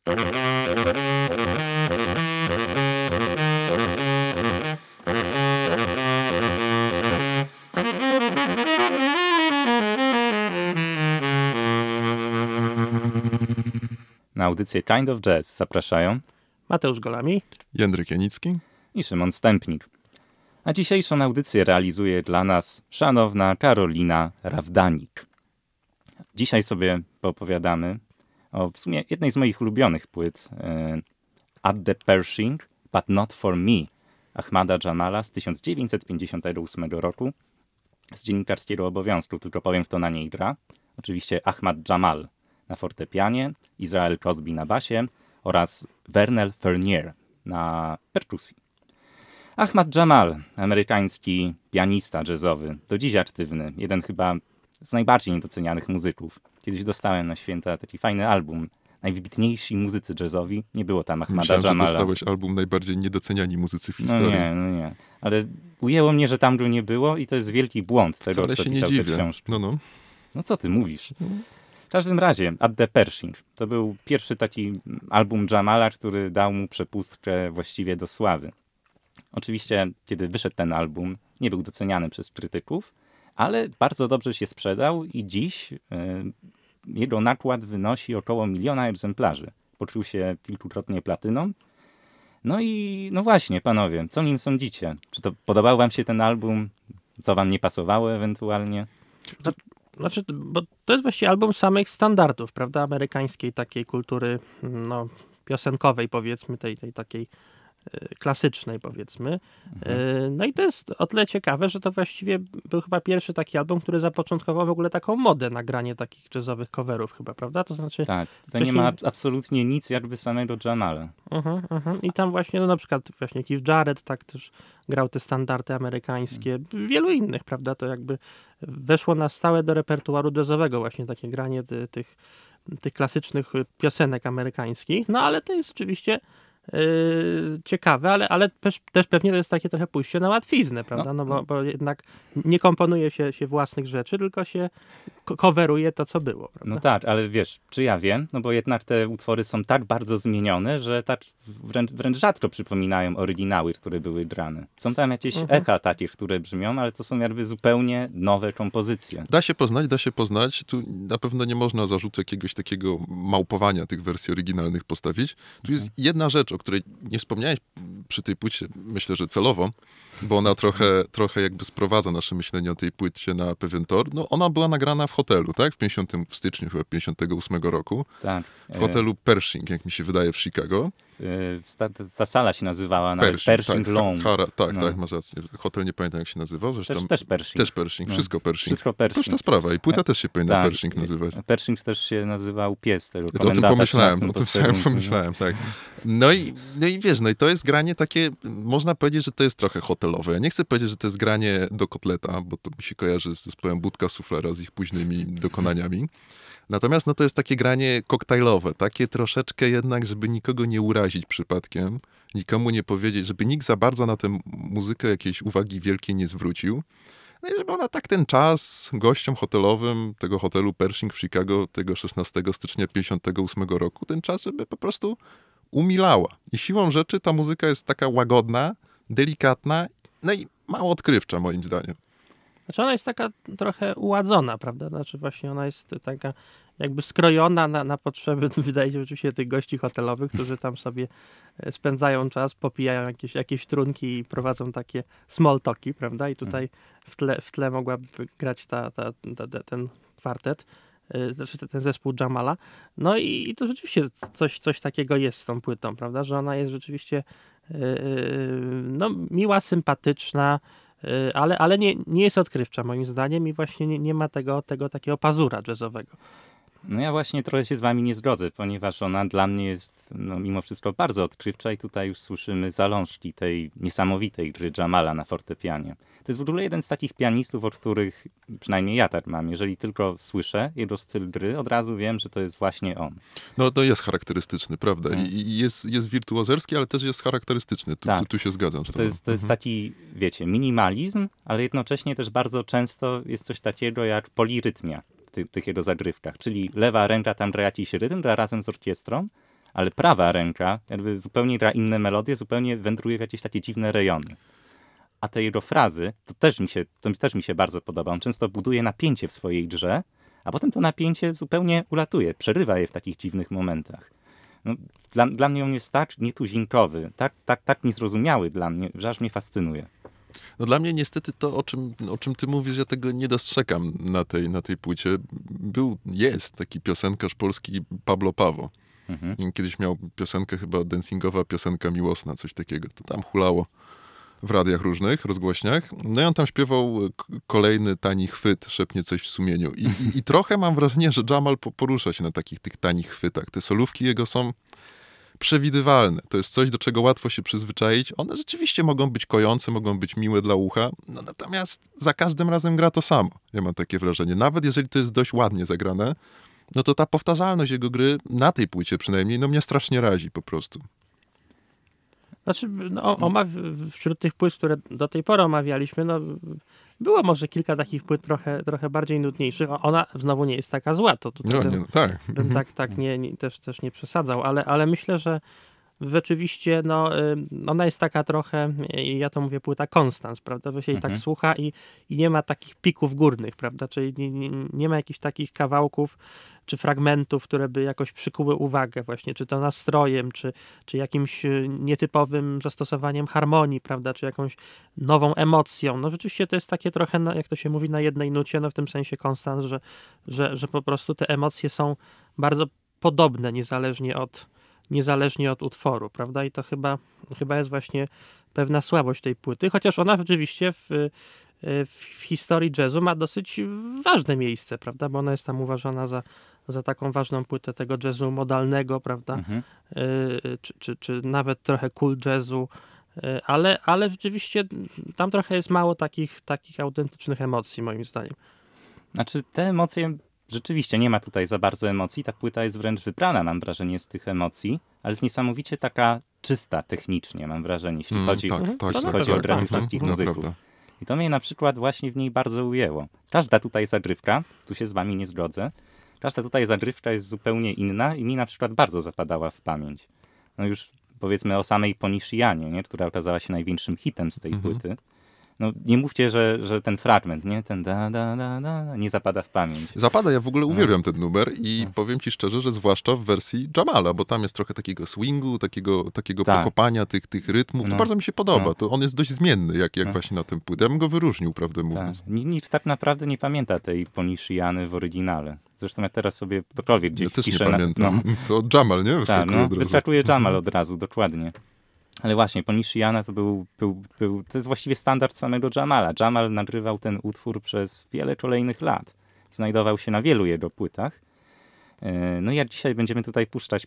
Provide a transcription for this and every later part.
Na audycję Kind of Jazz zapraszają Mateusz Golami, Jędryk Janicki i Szymon Stępnik. A dzisiejszą audycję realizuje dla nas szanowna Karolina Rawdanik. Dzisiaj sobie poopowiadamy o w sumie jednej z moich ulubionych płyt At the Pershing, But Not For Me Ahmada Jamala z 1958 roku z dziennikarskiego obowiązku, tylko powiem, kto na niej gra. Oczywiście Ahmad Jamal na fortepianie, Israel Crosby na basie oraz Vernel Fernier na perkusji. Ahmad Jamal, amerykański pianista jazzowy, do dziś aktywny, jeden chyba z najbardziej niedocenianych muzyków. Kiedyś dostałem na święta taki fajny album, najwybitniejsi muzycy jazzowi, nie było tam Ahmada Myślałem, Jamala. że dostałeś album najbardziej niedoceniani muzycy w historii. No nie. Ale ujęło mnie, że tam go nie było i to jest wielki błąd tego, Wcale kto się nie pisał tę dziwię. książkę. No. Co ty mówisz? W każdym razie, At the Pershing to był pierwszy taki album Jamala, który dał mu przepustkę właściwie do sławy. Oczywiście, kiedy wyszedł ten album, nie był doceniany przez krytyków, ale bardzo dobrze się sprzedał i dziś jego nakład wynosi około 1 miliona egzemplarzy. Pokrył się kilkukrotnie platyną. No i no właśnie, panowie, co o nim sądzicie? Czy to podobał wam się ten album? Co wam nie pasowało ewentualnie? Znaczy, bo to jest właściwie album samych standardów, prawda, amerykańskiej takiej kultury, no, piosenkowej, powiedzmy, tej takiej klasycznej, powiedzmy. No i to jest o tyle ciekawe, że to właściwie był chyba pierwszy taki album, który zapoczątkował w ogóle taką modę na granie takich jazzowych coverów chyba, prawda? To znaczy... Tak, to nie ma absolutnie nic jakby samego Jamala. I tam właśnie, no na przykład właśnie Keith Jarrett tak też grał te standardy amerykańskie, wielu innych, prawda? To jakby weszło na stałe do repertuaru jazzowego właśnie takie granie tych klasycznych piosenek amerykańskich, no ale to jest oczywiście ciekawe, ale też pewnie to jest takie trochę pójście na łatwiznę, prawda? No bo jednak nie komponuje się własnych rzeczy, tylko się coveruje to, co było, prawda? No tak, ale wiesz, czy ja wiem? No bo jednak te utwory są tak bardzo zmienione, że tak wręcz rzadko przypominają oryginały, które były grane. Są tam jakieś echa takie, które brzmią, ale to są jakby zupełnie nowe kompozycje. Da się poznać. Tu na pewno nie można zarzutu jakiegoś takiego małpowania tych wersji oryginalnych postawić. Tu jest jedna rzecz, o której nie wspomniałeś przy tej płycie, myślę, że celowo, bo ona trochę jakby sprowadza nasze myślenie o tej płycie na pewien tor. No ona była nagrana w hotelu, tak? W styczniu chyba 58 roku. Tak. W hotelu Pershing, jak mi się wydaje, w Chicago. Ta sala się nazywała nawet Pershing Lawn. Tak, masz rację. Hotel nie pamiętam, jak się nazywał. Zresztą też Pershing. Też Pershing, No. Wszystko Pershing. Wszystko Pershing. Prosta sprawa. I płyta też się powinna Pershing nazywać. Pershing też się nazywał pies tego o tym pomyślałem, tak. No i wiesz, no i to jest granie takie, można powiedzieć, że to jest trochę hotelowe. Ja nie chcę powiedzieć, że to jest granie do kotleta, bo to mi się kojarzy z zespołem Budka Suflera, z ich późnymi dokonaniami. Natomiast no to jest takie granie koktajlowe, takie troszeczkę jednak, żeby nikogo nie urazić przypadkiem, nikomu nie powiedzieć, żeby nikt za bardzo na tę muzykę jakiejś uwagi wielkiej nie zwrócił. No i żeby ona tak ten czas gościom hotelowym tego hotelu Pershing w Chicago tego 16 stycznia 58 roku, ten czas, żeby po prostu umilała. I siłą rzeczy ta muzyka jest taka łagodna, delikatna, no i mało odkrywcza moim zdaniem. Znaczy ona jest taka trochę uładzona, prawda? Znaczy właśnie ona jest taka jakby skrojona na potrzeby, wydaje się, oczywiście tych gości hotelowych, którzy tam sobie spędzają czas, popijają jakieś trunki i prowadzą takie small talki, prawda? I tutaj w tle mogłaby grać ten kwartet, znaczy ten zespół Jamala. No i to rzeczywiście coś takiego jest z tą płytą, prawda? Że ona jest rzeczywiście no, miła, sympatyczna, ale nie jest odkrywcza moim zdaniem i właśnie nie ma tego takiego pazura jazzowego. No ja właśnie trochę się z wami nie zgodzę, ponieważ ona dla mnie jest mimo wszystko bardzo odkrywcza i tutaj już słyszymy zalążki tej niesamowitej gry Jamala na fortepianie. To jest w ogóle jeden z takich pianistów, od których przynajmniej ja tak mam. Jeżeli tylko słyszę jego styl gry, od razu wiem, że to jest właśnie on. No to jest charakterystyczny, prawda? I jest wirtuozerski, ale też jest charakterystyczny. Tu się zgadzam z tobą. To jest taki, wiecie, minimalizm, ale jednocześnie też bardzo często jest coś takiego jak polirytmia w tych jego zagrywkach. Czyli lewa ręka tam gra jakiś rytm, gra razem z orkiestrą, ale prawa ręka jakby zupełnie gra inne melodie, zupełnie wędruje w jakieś takie dziwne rejony. A te jego frazy, to też mi się bardzo podoba. On często buduje napięcie w swojej grze, a potem to napięcie zupełnie ulatuje, przerywa je w takich dziwnych momentach. No, dla mnie on jest tak nietuzinkowy, tak niezrozumiały dla mnie, że aż mnie fascynuje. No dla mnie niestety to, o czym ty mówisz, ja tego nie dostrzegam na tej płycie. Jest taki piosenkarz polski Pablo Pawo. Kiedyś miał piosenkę chyba dancingowa, piosenka miłosna, coś takiego. To tam hulało w radiach różnych, rozgłośniach. No i on tam śpiewał kolejny tani chwyt, szepnie coś w sumieniu. I trochę mam wrażenie, że Jamal porusza się na tych tanich chwytach. Te solówki jego są przewidywalne. To jest coś, do czego łatwo się przyzwyczaić. One rzeczywiście mogą być kojące, mogą być miłe dla ucha, no natomiast za każdym razem gra to samo. Ja mam takie wrażenie. Nawet jeżeli to jest dość ładnie zagrane, no to ta powtarzalność jego gry, na tej płycie przynajmniej, no mnie strasznie razi po prostu. Znaczy, no, wśród tych płyt, które do tej pory omawialiśmy, no było może kilka takich płyt trochę bardziej nudniejszych. Ona znowu nie jest taka zła, to tutaj bym też nie przesadzał, ale myślę, że rzeczywiście no, ona jest taka trochę, ja to mówię, płyta konstans, prawda, że się jej tak słucha i nie ma takich pików górnych, prawda, czyli nie ma jakichś takich kawałków czy fragmentów, które by jakoś przykuły uwagę właśnie, czy to nastrojem, czy jakimś nietypowym zastosowaniem harmonii, prawda, czy jakąś nową emocją. No rzeczywiście to jest takie trochę, no, jak to się mówi, na jednej nucie, no w tym sensie konstans, że po prostu te emocje są bardzo podobne, niezależnie od utworu, prawda? I to chyba jest właśnie pewna słabość tej płyty, chociaż ona rzeczywiście w historii jazzu ma dosyć ważne miejsce, prawda? Bo ona jest tam uważana za taką ważną płytę tego jazzu modalnego, prawda? Czy nawet trochę cool jazzu, ale rzeczywiście tam trochę jest mało takich autentycznych emocji, moim zdaniem. Znaczy te emocje rzeczywiście nie ma tutaj za bardzo emocji. Ta płyta jest wręcz wybrana, mam wrażenie, z tych emocji, ale jest niesamowicie taka czysta technicznie, mam wrażenie, jeśli chodzi o grę wszystkich muzyków. Prawda. I to mnie na przykład właśnie w niej bardzo ujęło. Każda tutaj zagrywka, tu się z wami nie zgodzę, każda tutaj zagrywka jest zupełnie inna i mi na przykład bardzo zapadała w pamięć. No już powiedzmy o samej Ponishianie, nie? Która okazała się największym hitem z tej płyty. No nie mówcie, że ten fragment, nie? Ten da, nie zapada w pamięć. Zapada, ja w ogóle uwielbiam ten numer i powiem ci szczerze, że zwłaszcza w wersji Jamala, bo tam jest trochę takiego swingu, takiego pokopania tych rytmów. To bardzo mi się podoba. To on jest dość zmienny, jak właśnie na tym płycie. Ja bym go wyróżnił, prawdę mówiąc. Nikt tak naprawdę nie pamięta tej Ponishiany w oryginale. Zresztą ja teraz sobie cokolwiek gdzieś wpiszę. Ja też nie pamiętam. To Jamal, nie? Wyskakuje Jamal od razu, dokładnie. Ale właśnie, Ponishiana to jest właściwie standard samego Jamala. Jamal nagrywał ten utwór przez wiele kolejnych lat. Znajdował się na wielu jego płytach. No i jak dzisiaj będziemy tutaj puszczać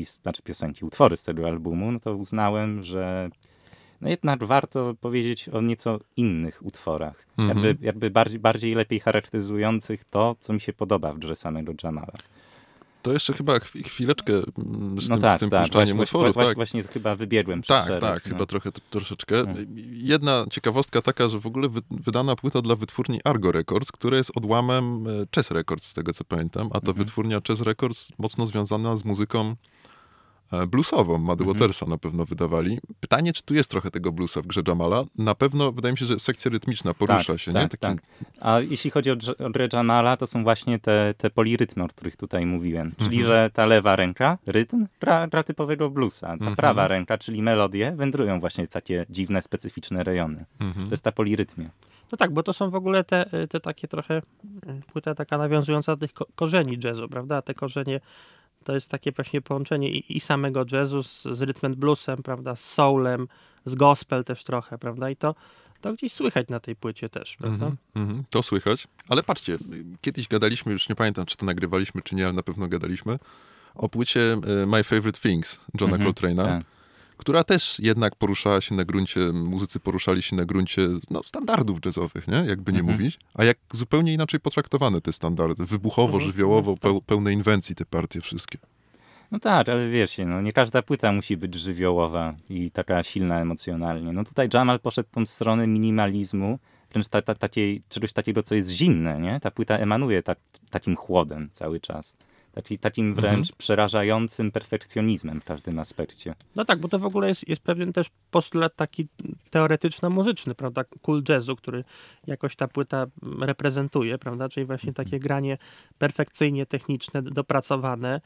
utwory z tego albumu, no to uznałem, że no jednak warto powiedzieć o nieco innych utworach. Jakby bardziej lepiej charakteryzujących to, co mi się podoba w grze samego Jamala. To jeszcze chyba chwileczkę z tym puszczaniem utworów. Właśnie chyba wybiegłem przez szereg. Chyba troszeczkę. Jedna ciekawostka taka, że w ogóle wydana płyta dla wytwórni Argo Records, która jest odłamem Chess Records, z tego co pamiętam, a to wytwórnia Chess Records mocno związana z muzyką bluesową. Muddy Watersa na pewno wydawali. Pytanie, czy tu jest trochę tego bluesa w grze Jamala? Na pewno wydaje mi się, że sekcja rytmiczna porusza się. Nie? Tak. A jeśli chodzi o grę Jamala, to są właśnie te polirytmy, o których tutaj mówiłem. Czyli, że ta lewa ręka, rytm, gra typowego bluesa. Ta prawa ręka, czyli melodie, wędrują właśnie w takie dziwne, specyficzne rejony. To jest ta polirytmia. No tak, bo to są w ogóle te takie trochę płyta taka nawiązująca do tych korzeni jazzu, prawda? Te korzenie to jest takie właśnie połączenie i samego jazzu z rhythm and bluesem, prawda, z soulem, z gospel też trochę, prawda, i to gdzieś słychać na tej płycie też, prawda? To słychać, ale patrzcie, kiedyś gadaliśmy, już nie pamiętam, czy to nagrywaliśmy, czy nie, ale na pewno gadaliśmy, o płycie My Favorite Things Johna Coltrane'a, która też jednak poruszała się na gruncie, muzycy poruszali się na gruncie standardów jazzowych, nie? Jakby nie mówić, a jak zupełnie inaczej potraktowane te standardy, wybuchowo, żywiołowo, pełne inwencji te partie wszystkie. No tak, ale wiesz, nie każda płyta musi być żywiołowa i taka silna emocjonalnie. No tutaj Jamal poszedł tą stronę minimalizmu, wręcz czegoś takiego, co jest zimne, nie? Ta płyta emanuje takim chłodem cały czas. Takim wręcz przerażającym perfekcjonizmem w każdym aspekcie. No tak, bo to w ogóle jest pewien też postulat taki teoretyczno-muzyczny, prawda, cool jazzu, który jakoś ta płyta reprezentuje, prawda, czyli właśnie takie granie perfekcyjnie techniczne, dopracowane,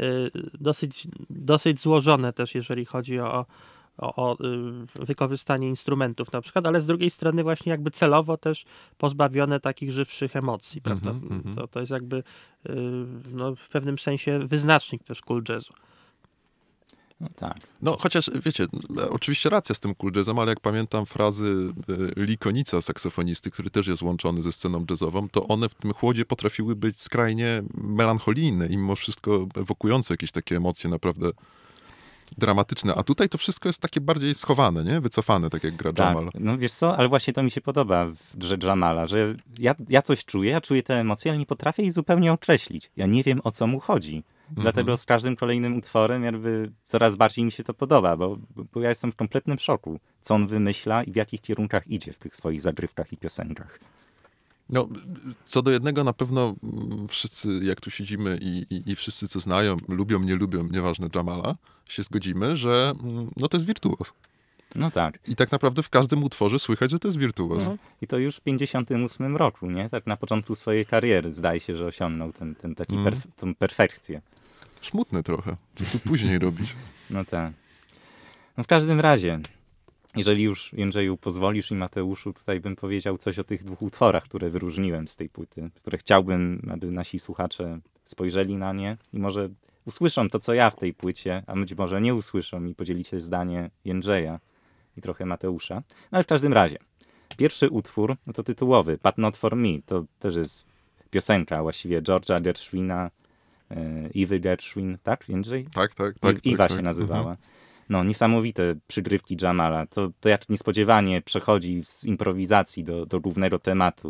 dosyć złożone też, jeżeli chodzi o wykorzystanie instrumentów na przykład, ale z drugiej strony właśnie jakby celowo też pozbawione takich żywszych emocji, prawda? To jest jakby no, w pewnym sensie wyznacznik też cool jazzu. No tak. No chociaż, wiecie, oczywiście racja z tym cool jazzem, ale jak pamiętam frazy Lee Konica, saksofonisty, który też jest łączony ze sceną jazzową, to one w tym chłodzie potrafiły być skrajnie melancholijne i mimo wszystko ewokujące jakieś takie emocje naprawdę dramatyczne, a tutaj to wszystko jest takie bardziej schowane, nie? Wycofane, tak jak gra Jamal. No wiesz co, ale właśnie to mi się podoba w grze Jamala, że ja coś czuję, ja czuję te emocje, ale nie potrafię ich zupełnie określić. Ja nie wiem, o co mu chodzi. Dlatego z każdym kolejnym utworem jakby coraz bardziej mi się to podoba, bo ja jestem w kompletnym szoku, co on wymyśla i w jakich kierunkach idzie w tych swoich zagrywkach i piosenkach. No, co do jednego na pewno wszyscy, jak tu siedzimy i wszyscy, co znają, lubią, nie lubią, nieważne Jamala, się zgodzimy, że no to jest wirtuoz. No tak. I tak naprawdę w każdym utworze słychać, że to jest wirtuoz. I to już w 58 roku, nie? Tak na początku swojej kariery zdaje się, że osiągnął tą perfekcję. Smutne trochę. Co tu później robić? No tak. No w każdym razie, jeżeli już, Jędrzeju, pozwolisz i Mateuszu, tutaj bym powiedział coś o tych dwóch utworach, które wyróżniłem z tej płyty, które chciałbym, aby nasi słuchacze spojrzeli na nie i może usłyszą to, co ja w tej płycie, a być może nie usłyszą i podzieli się zdanie Jędrzeja i trochę Mateusza. No ale w każdym razie, pierwszy utwór, no to tytułowy, But Not For Me, to też jest piosenka właściwie George'a Gershwina, Ewy Gershwin, tak, Jędrzej? Tak. Iwa się nazywała. No, niesamowite przygrywki Jamala. To jak niespodziewanie przechodzi z improwizacji do głównego tematu.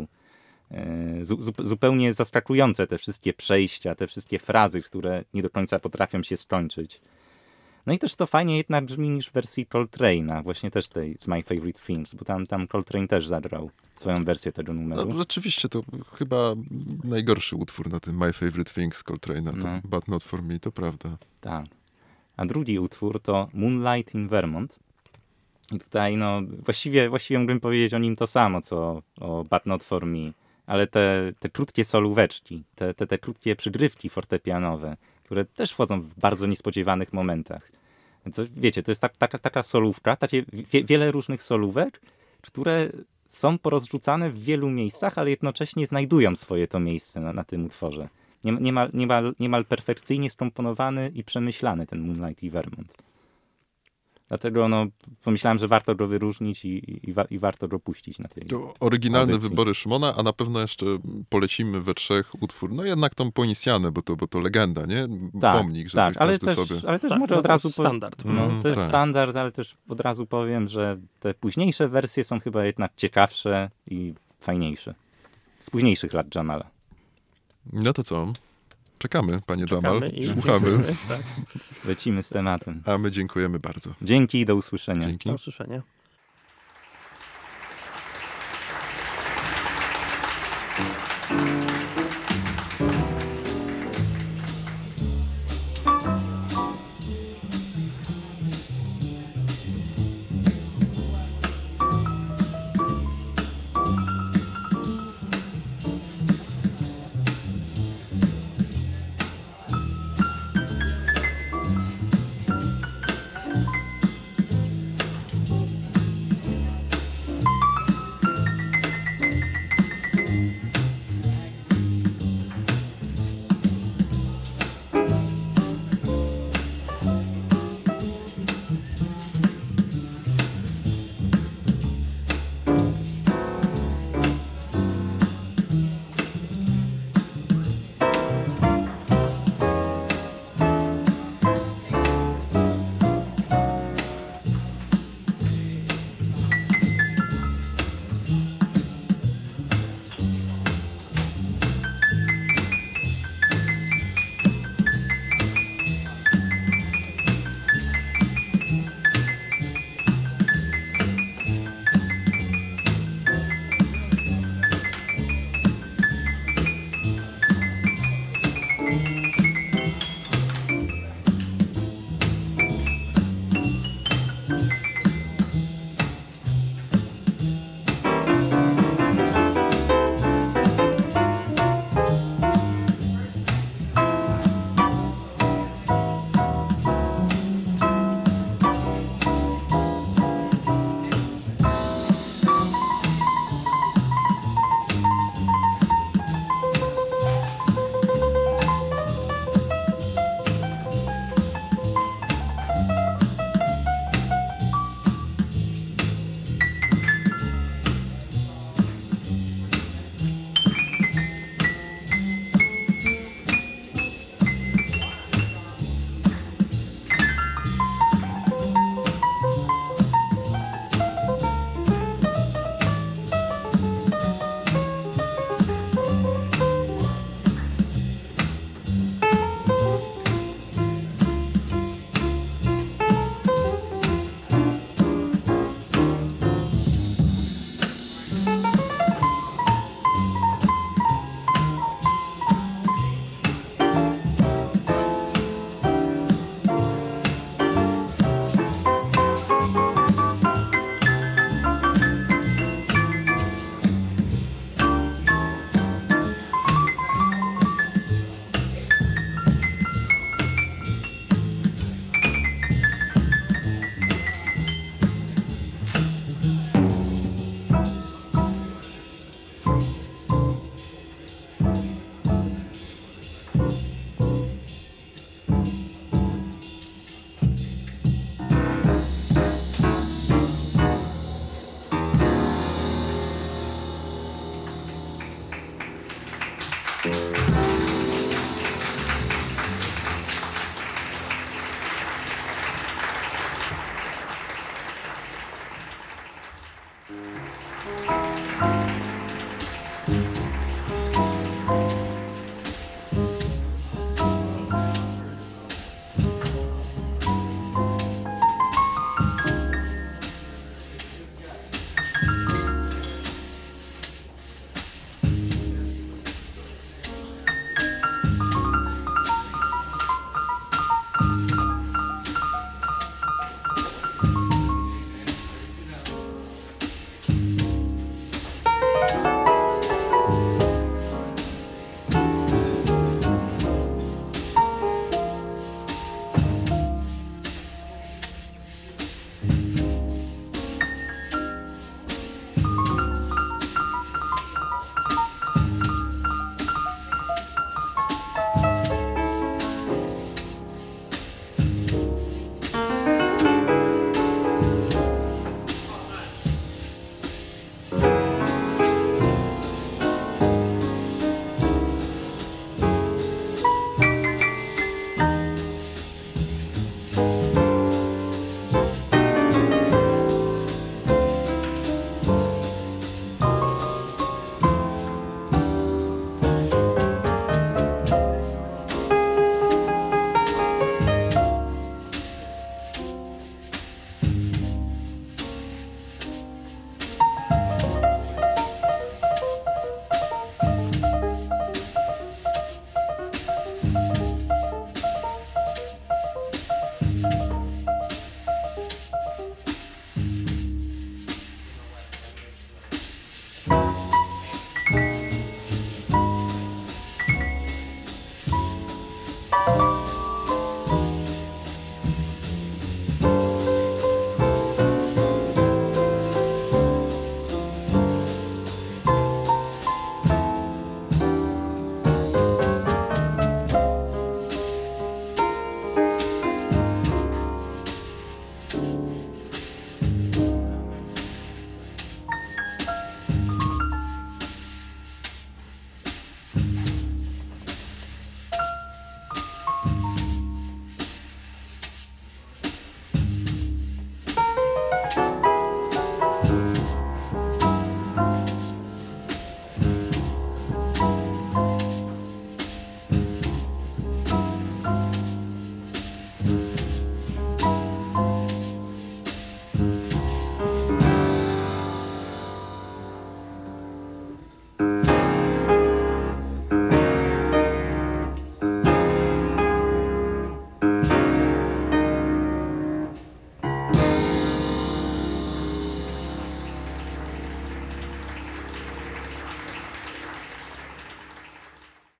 Zupełnie zaskakujące te wszystkie przejścia, te wszystkie frazy, które nie do końca potrafią się skończyć. No i też to fajnie jednak brzmi niż w wersji Coltrane'a, właśnie też tej z My Favorite Things, bo tam Coltrane też zagrał swoją wersję tego numeru. No, rzeczywiście to chyba najgorszy utwór na tym My Favorite Things Coltrane'a, But Not For Me, to prawda. Tak. A drugi utwór to Moonlight in Vermont. I tutaj no właściwie mógłbym powiedzieć o nim to samo, co o But Not For Me, ale te krótkie solóweczki, te krótkie przygrywki fortepianowe, które też wchodzą w bardzo niespodziewanych momentach. Więc wiecie, to jest taka solówka, wiele różnych solówek, które są porozrzucane w wielu miejscach, ale jednocześnie znajdują swoje to miejsce na tym utworze. Niemal perfekcyjnie skomponowany i przemyślany ten Moonlight in Vermont. Dlatego no, pomyślałem, że warto go wyróżnić i warto go puścić na tej To oryginalne audycji. wybory Szymona, a na pewno jeszcze polecimy we trzech utwór. No jednak tą Poinsjanę, bo to legenda, nie? Pomnik, żeby ale każdy też, sobie... ale też Tak, może no od to razu... jest standard. No, to jest tak. standard, ale też od razu powiem, że te późniejsze wersje są chyba jednak ciekawsze i fajniejsze. Z późniejszych lat Jamala. No to co? Czekamy, panie Jamal. i Słuchamy. Tak. Lecimy z tematem. A my dziękujemy bardzo. Dzięki i do usłyszenia. Dzięki. Do usłyszenia.